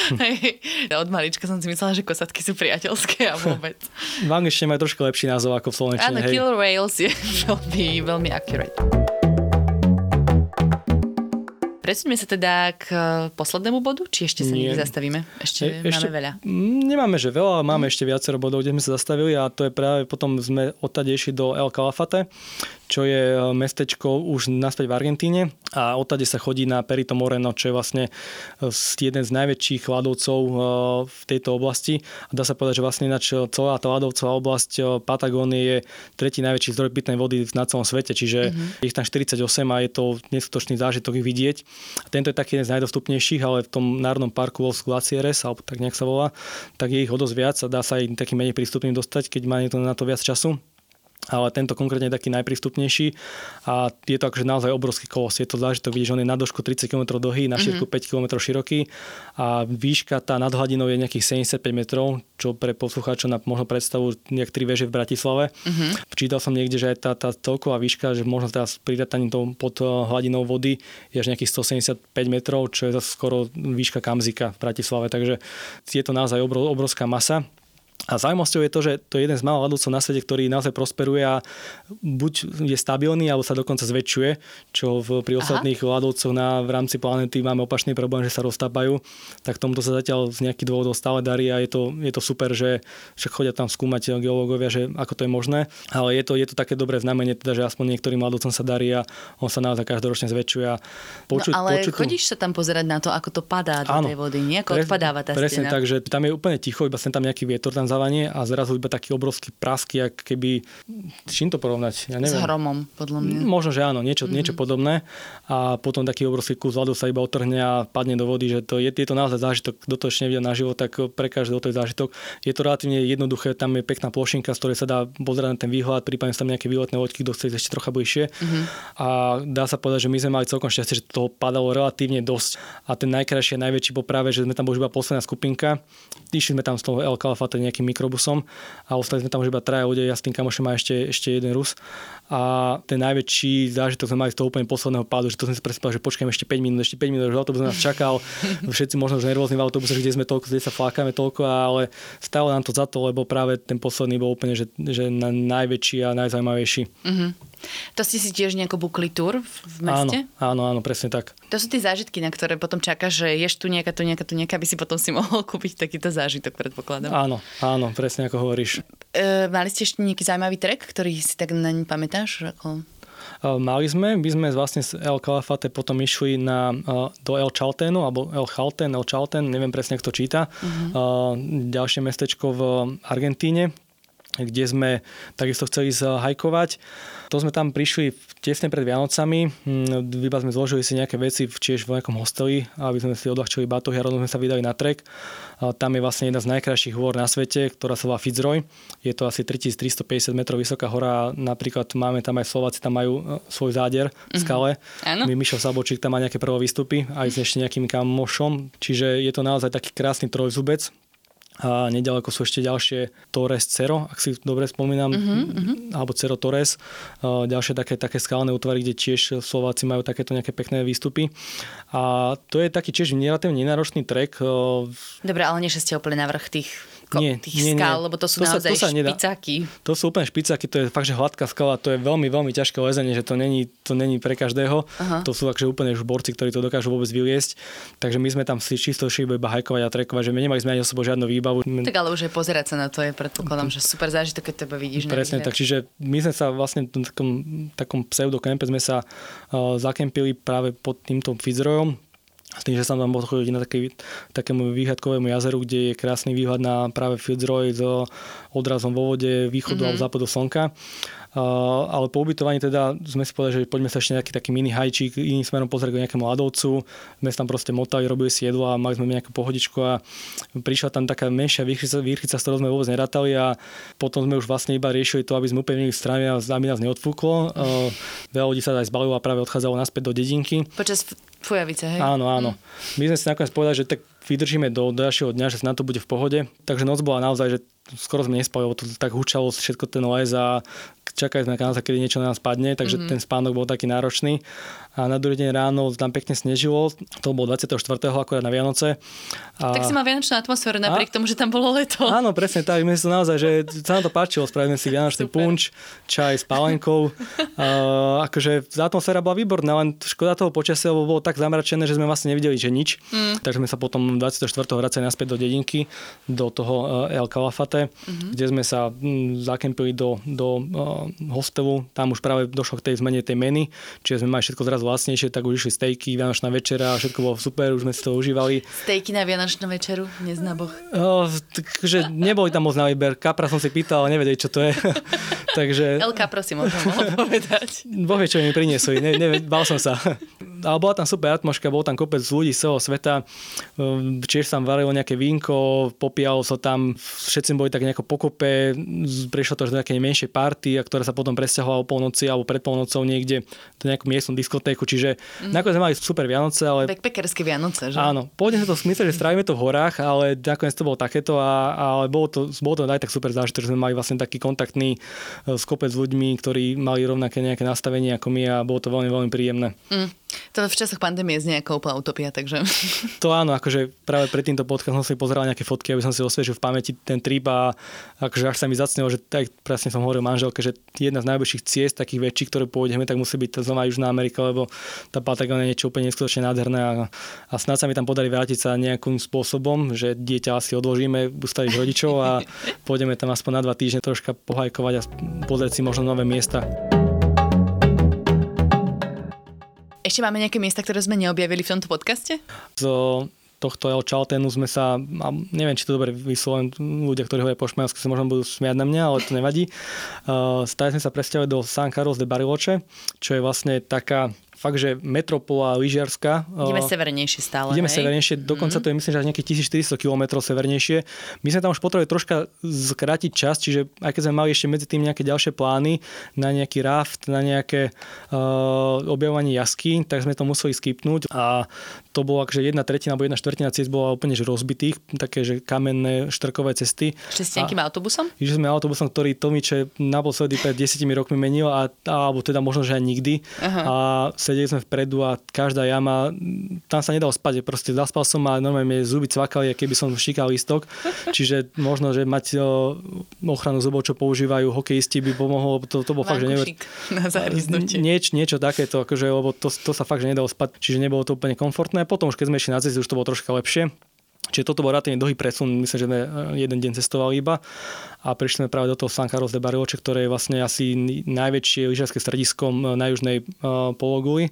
Od malička som si myslela, že kosatky sú priateľské a vôbec. V angličtine majú trošku lepší názov ako v slovenčine. Áno, killer whales je veľmi accurate. Presuňme sa teda k poslednému bodu, či ešte sa niekde zastavíme? Ešte máme veľa. Nemáme, že veľa, ale máme ešte viacero bodov, kde sme sa zastavili a to je práve potom sme odtade išli do El Calafate, čo je mestečko už naspäť v Argentíne a odtade sa chodí na Perito Moreno, čo je vlastne jeden z najväčších ľadovcov v tejto oblasti. A dá sa povedať, že vlastne ináč celá tá ľadovcová oblasť Patagónie je tretí najväčší zdroj pitnej vody na celom svete, čiže ich tam 48 a je to neskutočný zážitok ich vidieť. A tento je taký jeden z najdostupnejších, ale v tom národnom parku Los Glaciares, alebo tak nejak sa volá, tak je ich o dosť viac a dá sa aj taký menej prístupným dostať, keď má niekto na to viac času. Ale tento konkrétne je taký najprístupnejší a je to akože naozaj obrovský kolos. Je to zážitok, vidíš, on je na dĺžku 30 km dlhý, na šírku 5 km široký a výška tá nad hladinou je nejakých 75 metrov, čo pre poslucháčov na možno predstavu nejak 3 veže v Bratislave. Čítal som niekde, že aj tá celková výška, že možno teraz pridátaním pod hladinou vody je až nejakých 175 metrov, čo je zase skoro výška Kamzika v Bratislave, takže je to naozaj obrovská masa. A zaujímavosťou je to, že to je jeden z mála ľadovcov na svete, ktorý naozaj prosperuje a buď je stabilný, alebo sa dokonca zväčšuje, čo pri ostatných ľadovcoch v rámci planéty máme opačný problém, že sa roztápajú. Tak tomuto sa zatiaľ z nejakých dôvodov stále darí a je to super, že však chodia tam skúmať geológovia, že ako to je možné. Ale je to také dobré znamenie, teda, že aspoň niektorým ľadovcom sa darí a on sa naozaj každoročne zväčšuje. Ale chodíš sa tam pozerať na to, ako to padá do tej vody, nie? Ako odpadáva tá stena. Presne, takže tam je úplne ticho, iba sem tam nejaký vietor tam zavanie a zrazu iba taký obrovský prask, jak keby, čím to porovnať? Ja neviem. S hromom, podľa mňa. Možno, že áno, niečo podobné a potom taký obrovský kus ľadu sa iba otrhne a padne do vody, že je to naozaj zážitok, kto to ešte nevidel naživo, tak pre každého to je zážitok. Je to relatívne jednoduché, tam je pekná plošinka, z ktorej sa dá pozerať na ten výhľad, prípadne sú tam nejaké výletné loďky, kto chce ešte trocha bližšie. A dá sa povedať, že my sme mali celkom šťastie, že toho padalo relatívne dosť a ten najkrajší a najväčší po práve, že sme tam boli iba posledná skupinka. Išli sme tam z toho El Calafate nejakým mikrobusom a ostali sme tam už iba traja ľudia, ja s tým kamošom a ešte jeden Rus. A ten najväčší zážitok sme mali z toho úplne posledného pádu, že to sme si prespali, že počkajme ešte 5 minút, že autobus nás čakal. Všetci možno už nervózni v autobuse, kde sme toľko, kde sa flákame toľko, ale stále nám to za to, lebo práve ten posledný bol úplne že najväčší a najzaujímavejší. To si tiež nejako bukli tur v meste? Áno, presne tak. To sú tie zážitky, na ktoré potom čakáš, že ješ tu nejaká, aby si potom si mohol kúpiť takýto zážitok, predpokladám. Áno, presne ako hovoríš. Mali ste ešte nejaký zaujímavý trek, ktorý si tak naň pamätáš? Mali sme, my sme vlastne z El Calafate potom išli do El Chaltenu, alebo El Chalten, neviem presne, ako to číta. Ďalšie mestečko v Argentíne, kde sme takisto chceli hajkovať. To sme tam prišli tesne pred Vianocami. Iba sme zložili si nejaké veci tiež v nejakom hosteli, aby sme si odľahčili batohy a rovno sme sa vydali na trek. Tam je vlastne jedna z najkrajších hôr na svete, ktorá sa volá Fitzroy. Je to asi 3350 metrov vysoká hora. Napríklad máme tam aj Slováci, tam majú svoj záder v skale. Mišo Sabočík tam má nejaké prvé výstupy aj s ešte nejakým kamošom. Čiže je to naozaj taký krásny trojzubec. A nedaleko sú ešte ďalšie Torres Cerro, ak si dobre spomínam, alebo Cerro Torres, ďalšie také skalné útvary, kde tiež Slováci majú takéto nejaké pekné výstupy. A to je taký tiež relatívne nenáročný trek. Dobre, ale nešli ste úplne na vrch tých skál, lebo to sú naozaj špicáky. To sú úplne špicáky, to je fakt, že hladká skala, to je veľmi, veľmi ťažké lezenie, že to není pre každého. To sú takže úplne už borci, ktorí to dokážu vôbec vyliesť. Takže my sme tam si čisto šli iba hajkovať a trekovať, že my nemali sme ani o sebou žiadnu výbavu. Tak ale už je pozerať sa na to, je predpokladám, že super zážitok, keď teba vidíš. Presne tak, čiže my sme sa vlastne v takom pseudokempe sme sa zakempili práve pod týmto Fitzroyom. S tým, že sa tam mohol chodiť na takému výhľadkovému jazeru, kde je krásny výhľad na práve Fitzroy s odrazom vo vode východu alebo západu slnka. Ale po ubytovaní teda sme si povedali, že poďme sa ešte nejaký taký mini hajčík iným smerom pozrieť k nejakému ľadovcu. Sme tam proste motali, robili si jedlo a mali sme nejakú pohodičku a prišla tam taká menšia výchrica, s ktorou sme vôbec nerátali a potom sme už vlastne iba riešili to, aby sme upevnili strany, aby nás neodfúklo. Veľa ľudí sa aj zbalilo a práve odchádzalo naspäť do dedinky. Počas fujavice, hej? Áno. My sme si nakoniec povedali, že tak vydržíme do ďalšieho dňa, že na to bude v pohode. Takže noc bola naozaj, že skoro sme nespali, lebo to tak hučalo všetko ten les a čakali sme naozaj, kedy niečo na nás padne, takže ten spánok bol taký náročný. A na druhý deň ráno tam pekne snežilo, to bolo 24. akorát na Vianoce. Tak si mal vianočnú atmosféru napriek tomu, že tam bolo leto. Áno, presne tak. My sme naozaj, že sa nám to páčilo, spravili sme si vianočný punč, čaj s pálenkou. Akože atmosféra bola výborná, len škoda toho počasia, lebo bolo tak zamračené, že sme vlastne nevideli, že nič. Takže sme sa potom 24. vracali naspäť do dedinky, do toho El Calafate, kde sme sa zakempili do hostelu. Tam už práve došlo k tej zmene tej meny, čiže sme mali všetko zrazu vlastnejšie, tak už išli stejky, vianočná večera, všetko bolo super, už sme si to užívali. Stejky na vianočnú večeru? Nezná Boh. Takže neboli tam moc na výber. Kapra som si pýtal, ale nevedeli, čo to je. Takže... El Capro si možno mohol povedať. Boh vie, čo mi priniesli. Bál som sa. Ale bola tam super atmosféra, bol tam kopec ľudí z celého sveta. Tiež tam varilo nejaké vínko, popíjalo sa tam, všetci boli tak nejako pokope, prišlo to až do nejakej menšej party, ktorá sa potom presťahovala o polnoci alebo pred polnocou niekde do nejakú miestnu diskotéku, čiže nakoniec sme mali super Vianoce, ale... Backpackerské Vianoce, že? Áno, pôvodne sme to mysleli, že strávime to v horách, ale nakoniec to bolo takéto, ale bolo to aj tak super zážitok, že sme mali vlastne taký kontaktný skopec s ľuďmi, ktorí mali rovnaké nejaké nastavenie ako my a bolo to veľmi, veľmi príjemné. To v časoch pandémie znie ako úplná utopia, takže... To áno, akože práve pred týmto podcastom som si pozeral nejaké fotky, aby som si osviežil v pamäti ten trip a akože až sa mi zacnelo, že tak presne som hovoril manželke, že jedna z najbližších ciest takých väčších, ktoré pôjdeme, tak musí byť znova Južná Amerika, lebo tá Patagónia je niečo úplne neskutočne nádherné a snáď sa mi tam podarí vrátiť sa nejakým spôsobom, že dieťa asi odložíme u starých rodičov a pôjdeme tam aspoň na 2 týždne troška pohajkovať a pozrieť si možno nové miesta. Ešte máme nejaké miesta, ktoré sme neobjavili v tomto podcaste? Z tohto El Chalténu sme sa, neviem, či to dobre vyslovujem, ľudia, ktorí hovoria po španielsky, sa možno budú smiať na mňa, ale to nevadí. Stále sme sa presťahovali do San Carlos de Bariloche, čo je vlastne taká fakt, že metropola lyžiarska. Ideme severnejšie stále. Ideme severnejšie, dokonca to je myslím, že až nejakých 1400 km severnejšie. My sme tam už potrebovali troška skrátiť čas, čiže aj keď sme mali ešte medzi tým nejaké ďalšie plány na nejaký raft, na nejaké objavovanie jaskýň, tak sme to museli skipnúť a to bolo akože 1/3 alebo 1/4 ciest bola úplne že rozbitých, také že kamenné štrkové cesty. Ešte s nejakým autobusom? Išli sme autobusom, ktorý Tomiče naposledy pred 10 rokmi menil alebo teda možno, že aj nikdy. Aha. A sedeli sme vpredu a každá jama, tam sa nedalo spať, proste zaspal som a normálne zuby cvakali, keby som štíkal lístok. Čiže možno, že mať ochranu zubov, čo používajú hokejisti, by pomohlo, to bolo fakt, že na zahryznutie. Niečo takéto, akože, lebo to sa fakt, že nedalo spať, čiže nebolo to úplne komfortné. Potom už keď sme išli na cesty, už to bolo troška lepšie. Čiže toto bol relatívne dlhý presun, myslím, že sme jeden deň cestovali iba a prišli sme práve do toho San Carlos de Bariloche, ktoré je vlastne asi najväčšie lyžiarske stredisko na južnej pologuli.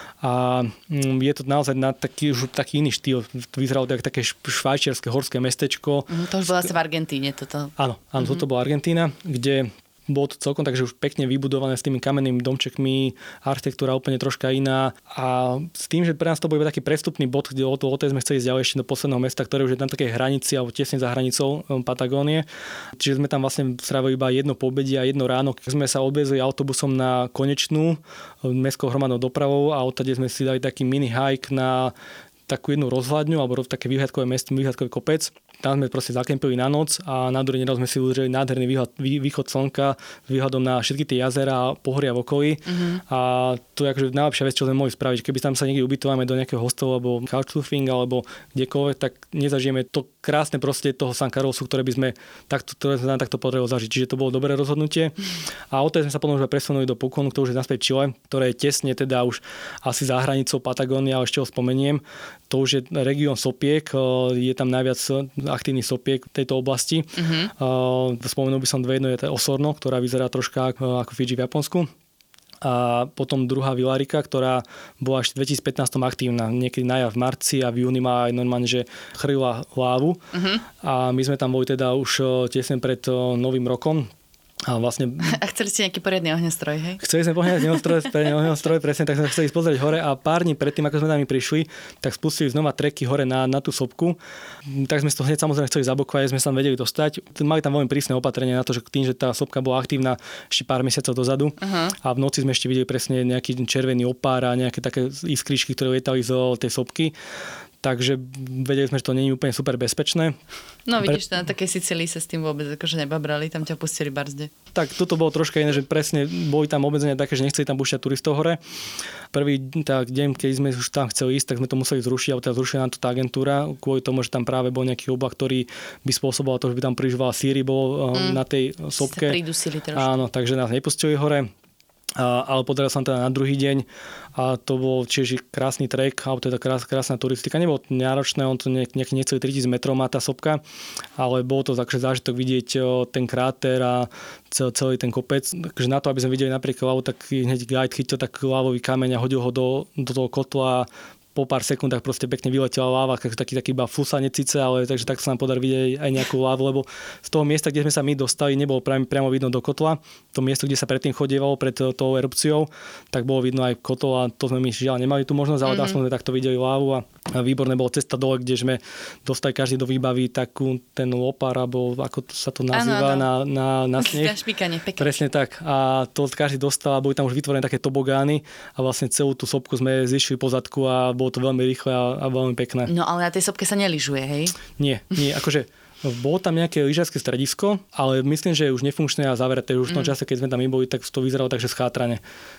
A je to naozaj na taký iný štýl. Vyzeralo to ako také švajčiarske horské mestečko. To už bola asi v Argentíne toto. Áno, toto bola Argentína, kde bolo to celkom takže už pekne vybudované s tými kamennými domčekmi, architektúra úplne troška iná a s tým, že pre nás to bol taký prestupný bod, kde od sme chceli ísť ďalej ešte do posledného mesta, ktoré už je na takej hranici alebo tesne za hranicou Patagónie. Čiže sme tam vlastne strávili iba jedno poobedie a jedno ráno, keď sme sa odviezli autobusom na Konečnú mestskou hromadnou dopravou a odtade sme si dali taký mini hike na takú jednu rozhľadňu alebo také výhľadkové mesto, výhľadkový kopec. Tam sme proste zakempili na noc a na druhý deň sme si udržali nádherný východ slnka s výhľadom na všetky tie jazera a pohoria v okolí. A to je akože najlepšia vec, čo sme mohli spraviť. Keby tam sa niekde ubytováme do nejakého hostelu alebo couchsurfing alebo kdekoľvek, tak nezažijeme to krásne proste toho San Carlosu, ktoré sme nám takto potrebovali zažiť. Čiže to bolo dobré rozhodnutie. A odtedy sme sa potom už presunuli do Puconu, ktoré už je naspäť Chile, ktoré je tesne teda už asi za hranicou Patagónie, ale ešte ho spomeniem. To už je región sopiek, je tam najviac aktívny sopiek v tejto oblasti. Spomenul by som dve, jedno je Osorno, ktorá vyzerá troška ako Fidži v Japonsku. A potom druhá Villarika, ktorá bola až v 2015 aktívna. Niekedy v marci a v júni má aj normálne, že chrlila lávu. A my sme tam boli teda už tesne pred Novým rokom. A vlastne... A chceli ste nejaký poriadny ohňostroj, hej? Chceli sme ohňostroj, presne, tak sme chceli pozrieť hore a pár dní predtým, ako sme tam prišli, tak spustili znova treky hore na tú sopku. Tak sme to hneď samozrejme chceli zablokovať, sme sa tam vedeli dostať. Mali tam veľmi prísne opatrenie na to, že tým, že tá sopka bola aktívna ešte pár mesiacov dozadu a v noci sme ešte videli presne nejaký červený opár a nejaké také iskričky, ktoré lietali z tej sopky. takže vedeli sme, že to nie je úplne super bezpečné. No vidíš, na takej Sicílii sa s tým vôbec akože nebabrali, tam ťa pustili barzde. Tak toto bolo troška iné, že presne boli tam obmedzenia také, že nechceli tam púšťať turistov hore. Prvý deň, keď sme už tam chceli ísť, tak sme to museli zrušiť, alebo teda zrušila nám to tá agentúra, kvôli tomu, že tam práve bol nejaký oblak, ktorý by spôsoboval to, že by tam príliš veľa síry bolo na tej sopke. Pridusili trošku. Áno, takže nás nepustili hore. Ale podaril som teda na druhý deň a to bol tiež krásny trek, alebo teda krásna turistika. Nebolo to náročné, on to nejaký necelý 3000 metrov má tá sopka, ale bolo to takže zážitok vidieť ten kráter a celý ten kopec. Takže na to, aby sme videli napriek lavu, tak hneď guide chytil taký lavový kameň a hodil ho do toho kotla. Po pár sekundách proste pekne vyletela láva, taký iba fúsanie cice, ale takže tak sa nám podarí vidieť aj nejakú lávu, lebo z toho miesta, kde sme sa my dostali, nebolo priamo vidno do kotla. To miesto, kde sa predtým chodievalo pred tou erupciou, tak bolo vidno aj kotol a to sme my žiaľ nemali tú možnosť, ale aspoň sme takto videli lávu a výborné bolo cesta dole, kde sme dostali každý do výbavy takú ten lopar, alebo ako sa to nazýva, na sneh. Presne tak. A to každý dostal a boli tam už vytvorené také tobogány a vlastne celú tú sopku sme zišli po zadku a bolo to veľmi rýchle a veľmi pekné. No ale na tej sopke sa nelyžuje, hej? Nie, akože bolo tam nejaké lyžiarske stredisko, ale myslím, že je už nefunkčné a zavreté. Už v tom čase, keď sme tam boli, tak to vyzeralo takže schátrane.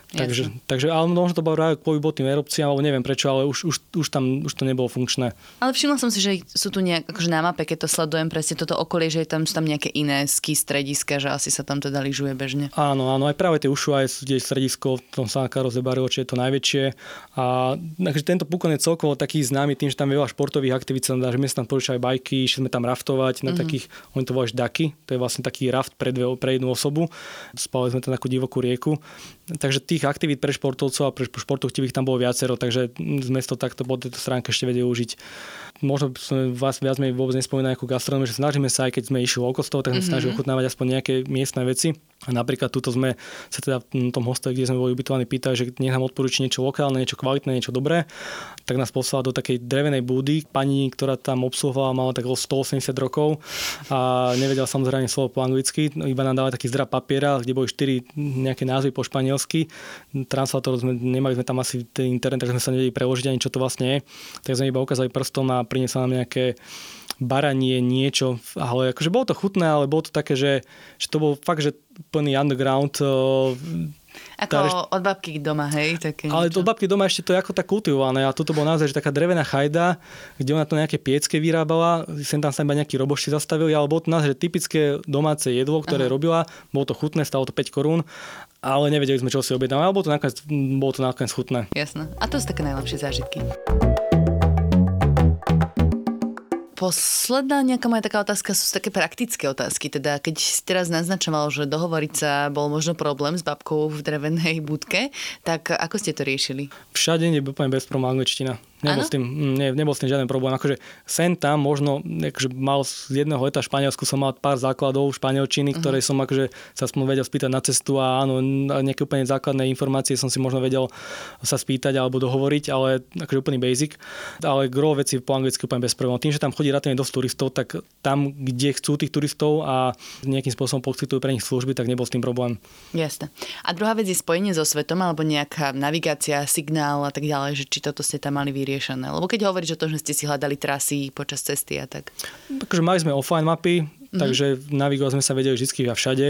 Takže ale možno to bolo práve kvôli tým erupciám, alebo neviem prečo, ale už to nebolo funkčné. Ale všimla som si, že sú tu nejak, akože na mape, keď to sledujem, presne toto okolie, že sú tam nejaké iné ski strediska, že asi sa tam teda lyžuje bežne. Áno, aj práve tie Ushuaie sú stredisko v tom San Carlos de Bariloche, je to najväčšie. A takže tento Pucón je celkovo taký známy tým, že tam je veľa športových aktivít, že my sme tam požičali bajky, išli sme tam raftovať na takých, oni to volajú daky, to je vlastne taký raft pre jednu osobu. Spali sme tam takú divokú rieku. Takže tých aktivít pre športovcov a pre športovctivých tam bolo viacero, takže sme to takto po tejto stránke ešte vedeli užiť. Možno sme vás viac menej vôbec nespomínali ako gastronómiu, že snažíme sa, aj keď sme išli okolo toho, tak sme snažili ochutnávať aspoň nejaké miestne veci. A napríklad tuto sme sa teda v tom hosteli, kde sme boli ubytovaní, pýtali, že nech nám odporúči niečo lokálne, niečo kvalitné, niečo dobré. Tak nás poslala do takej drevenej búdy. Pani, ktorá tam obsluhovala, mala tak 180 rokov a nevedela samozrejme slovo po anglicky. Iba nám dala taký zdrab papiera, kde boli 4 nejaké názvy po španielsky. Translátor nemali sme tam asi ten internet, takže sme sa nevedeli preložiť ani čo to vlastne je. Tak sme iba ukázali prstom a priniesla nám nejaké baranie, niečo, ale akože bolo to chutné, ale bolo to také, že to bol fakt, že plný underground. Ako od babky doma, hej? Také ale od babky doma ešte to je ako tak kultivované a toto bolo naozaj, že taká drevená chajda, kde ona to nejaké piecké vyrábala, sem tam sa iba nejakí robošti zastavili, ale bolo to naozaj, že typické domáce jedlo, ktoré robila, bolo to chutné, stalo to 5 korún, ale nevedeli sme, čo si objednávať, ale bolo to nakoniec chutné. Jasné. A to sú také najlepšie zážitky. Posledná nejaká moja taká otázka sú také praktické otázky. Teda keď si teraz naznačoval, že dohovoriť sa bol možno problém s babkou v drevenej budke, tak ako ste to riešili? Všade je úplne bez problémov angličtina. Nebol s tým žiaden problém. Akože sem tam možno, akože mal z jedného leta v Španielsku som mal pár základov španielčiny, ktoré som akože sa aspoň vedel spýtať na cestu a áno, nejaké úplne základné informácie som si možno vedel sa spýtať alebo dohovoriť, ale akože úplný basic. Ale gro veci po anglicky úplne bez problémov. Tým, že tam chodí relatívne dosť turistov, tak tam, kde chcú tých turistov a nejakým spôsobom poskytujú pre nich služby, tak nebol s tým problém. Jasné. A druhá vec je spojenie so svetom alebo nejaká navigácia, signál a tak ďalej, že či toto ste tam mali vyriešené. Lebo keď hovoríš o tom, že ste si hľadali trasy počas cesty a tak. Takže mali sme offline mapy, takže navigovali sme sa vedeli vždy a všade.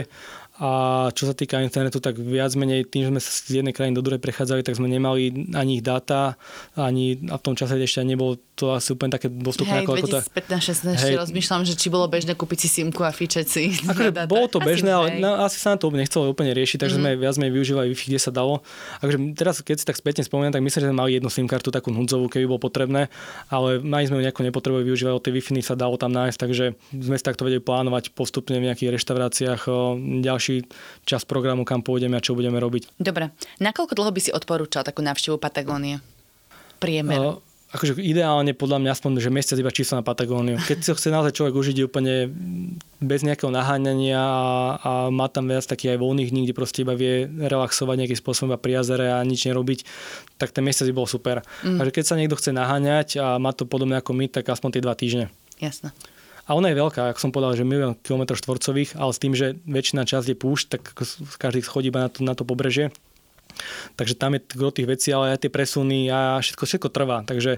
A čo sa týka internetu, tak viac menej tým, že sme z jednej krajiny do druhej prechádzali, tak sme nemali ani ich dáta, ani a v tom čase ešte nebolo to asi úplne také dostupné. Hej, 2015-16 ešte rozmýšľam, že či bolo bežné kúpiť si simku a fičať si. Akože bolo to bežné, ale asi sa na to nechcelo úplne riešiť, takže sme viac menej využívali Wi-Fi, kde sa dalo. Akože teraz, keď si tak spätne spomínam, tak myslím, že sme mali jednu SIM kartu takú núdzovú, keby bolo potrebné, ale mali sme ju nejako nepotrebovali využívať, od tej Wi-Fi sa dalo tam nájsť, takže sme si takto vedeli plánovať postupne v nejakých reštauráciách ďalší čas programu, kam pôjdeme a čo budeme robiť. Dobre. Nakoľko dlho by si odporúčal takú návštevu Patagónie? Priemer. Akože ideálne podľa mňa aspoň, že mesiac iba čisto na Patagóniu. Keď si chce naozaj človek užiť úplne bez nejakého naháňania a má tam viac takých aj voľných dní, kde proste iba vie relaxovať nejakým spôsobom iba pri jazere a nič nerobiť, tak ten mesiac by bol super. Takže keď sa niekto chce naháňať a má to podobné ako my, tak aspoň tie 2 týždne. Jasné. A ona je veľká, ako som povedal, že 1 000 000 km štvorcových, ale s tým, že väčšina časť je púšť, tak každý schodí iba na to pobrežie. Takže tam je gro tých vecí, ale aj tie presuny a všetko trvá. Takže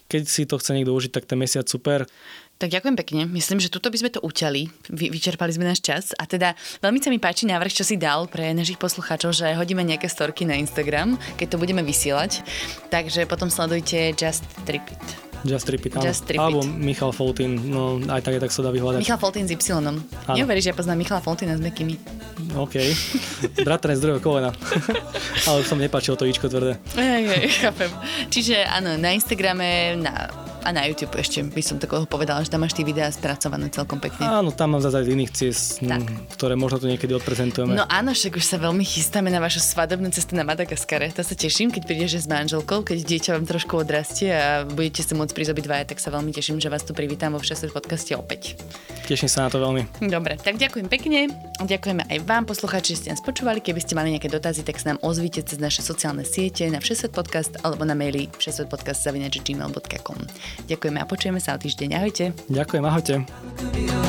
keď si to chce niekto užiť, tak ten mesiac super. Tak ďakujem pekne. Myslím, že tuto by sme to uťali. Vyčerpali sme náš čas. A teda veľmi sa mi páči návrh, čo si dal pre našich poslucháčov, že hodíme nejaké storky na Instagram, keď to budeme vysielať. Takže potom sledujte Just Trip It. Just Trip It, alebo Michal Foltín, no aj tak sa dá vyhľadať. Michal Foltín s Y. Neuveríš, ja poznám Michala Foltína s mäkkými. OK. Bratranec z druhého kolena. Ale som nepáčilo to ičko tvrdé. Chápem. Čiže áno, na Instagrame, a na YouTube ešte by som takého povedala, že tam máš tie videá spracované celkom pekne. Áno, tam mám zase aj iných ciest, ktoré možno tu niekedy odprezentujeme. No áno, však už sa veľmi chystáme na vašu svadobnú cestu na Madagaskare. To sa teším, keď prídeš s manželkou, keď dieťa vám trošku odrastie a budete si môcť prísť obidvaja, tak sa veľmi teším, že vás tu privítam vo Všesvet podcaste opäť. Teším sa na to veľmi. Dobre, tak ďakujem pekne. Ďakujeme aj vám, poslucháči, že ste nás počúvali. Keby ste mali nejaké dotazy, tak sa nám ozvite cez naše sociálne siete na Všesvet podcast alebo na maili všesvetpodcast@gmail.com. Ďakujeme a počujeme sa o týždeň. Ahojte. Ďakujem, ahojte.